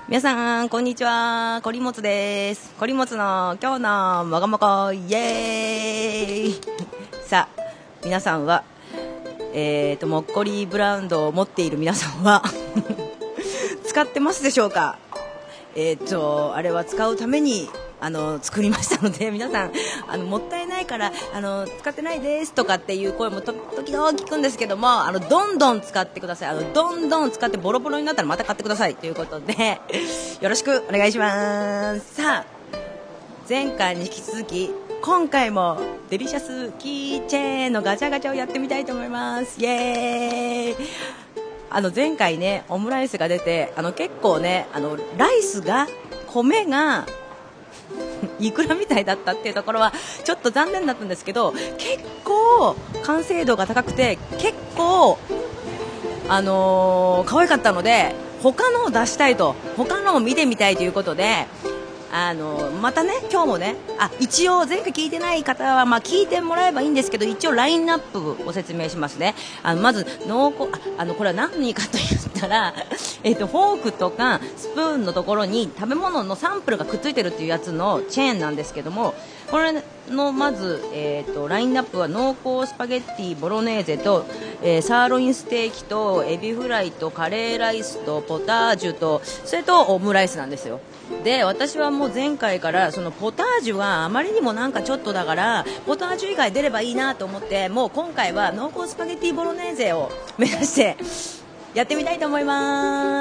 皆さんこんにちは、こりもつです。こりもつの今日のもごもこイエーイさあ皆さんはもっこりブランドを持っている皆さんは使ってますでしょうか。あれは使うために作りましたので、皆さんもったいないから使ってないですとかっていう声も時々聞くんですけども、どんどん使ってください。どんどん使ってボロボロになったらまた買ってくださいということでよろしくお願いします。さあ前回に引き続き今回もデリシャスキーチェーンのガチャガチャをやってみたいと思います。イエーイ。前回ねオムライスが出て結構ねライスが米がいくらみたいだったっていうところはちょっと残念だったんですけど、結構完成度が高くて結構可愛かったので他のを出したいと、他のを見てみたいということでまたね今日もね一応前回聞いてない方は聞いてもらえばいいんですけど、一応ラインナップを説明しますね。まず濃厚これは何かと言ったらフォークとかスプーンのところに食べ物のサンプルがくっついてるっていうやつのチェーンなんですけども、これのまず、ラインナップは濃厚スパゲッティボロネーゼと、サーロインステーキとエビフライとカレーライスとポタージュとそれとオムライスなんですよ。で私はもう前回からそのポタージュはあまりにもなんかちょっとだからポタージュ以外出ればいいなと思って、もう今回は濃厚スパゲッティボロネーゼを目指してやってみたいと思います。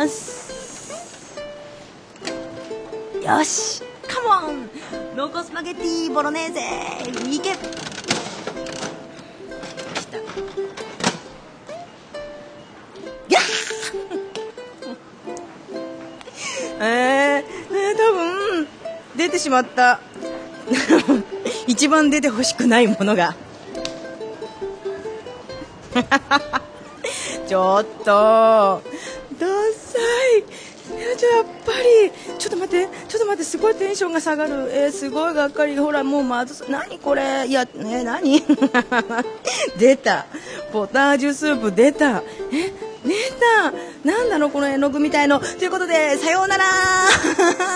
よしカモン、濃厚スパゲッティボロネーゼいけ。多分出てしまった一番出てほしくないものがちょっとダサい。やっぱりちょっと待ってすごいテンションが下がる。すごいがっかり。ほらもうまず何これ。いや何出たポタージュスープ出た。出た。なんだろうこの絵の具みたいの。ということでさようなら